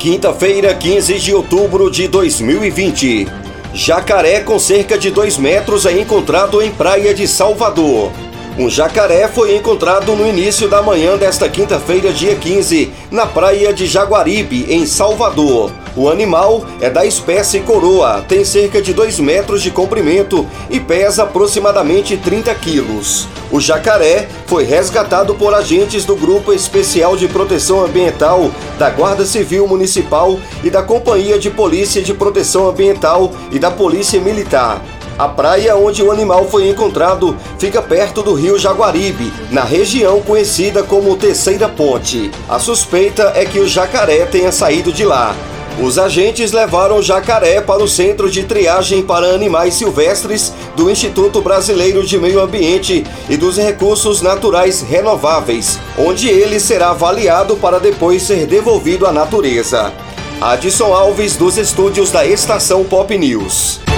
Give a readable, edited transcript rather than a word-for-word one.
Quinta-feira, 15 de outubro de 2020. Jacaré com cerca de 2 metros é encontrado em praia de Salvador. Um jacaré foi encontrado no início da manhã desta quinta-feira, dia 15, na praia de Jaguaribe, em Salvador. O animal é da espécie coroa, tem cerca de 2 metros de comprimento e pesa aproximadamente 30 quilos. O jacaré foi resgatado por agentes do Grupo Especial de Proteção Ambiental da Guarda Civil Municipal e da Companhia de Polícia de Proteção Ambiental e da Polícia Militar. A praia onde o animal foi encontrado fica perto do rio Jaguaribe, na região conhecida como Terceira Ponte. A suspeita é que o jacaré tenha saído de lá. Os agentes levaram o jacaré para o Centro de Triagem para Animais Silvestres do Instituto Brasileiro de Meio Ambiente e dos Recursos Naturais Renováveis, onde ele será avaliado para depois ser devolvido à natureza. Adson Alves, dos estúdios da Estação Pop News.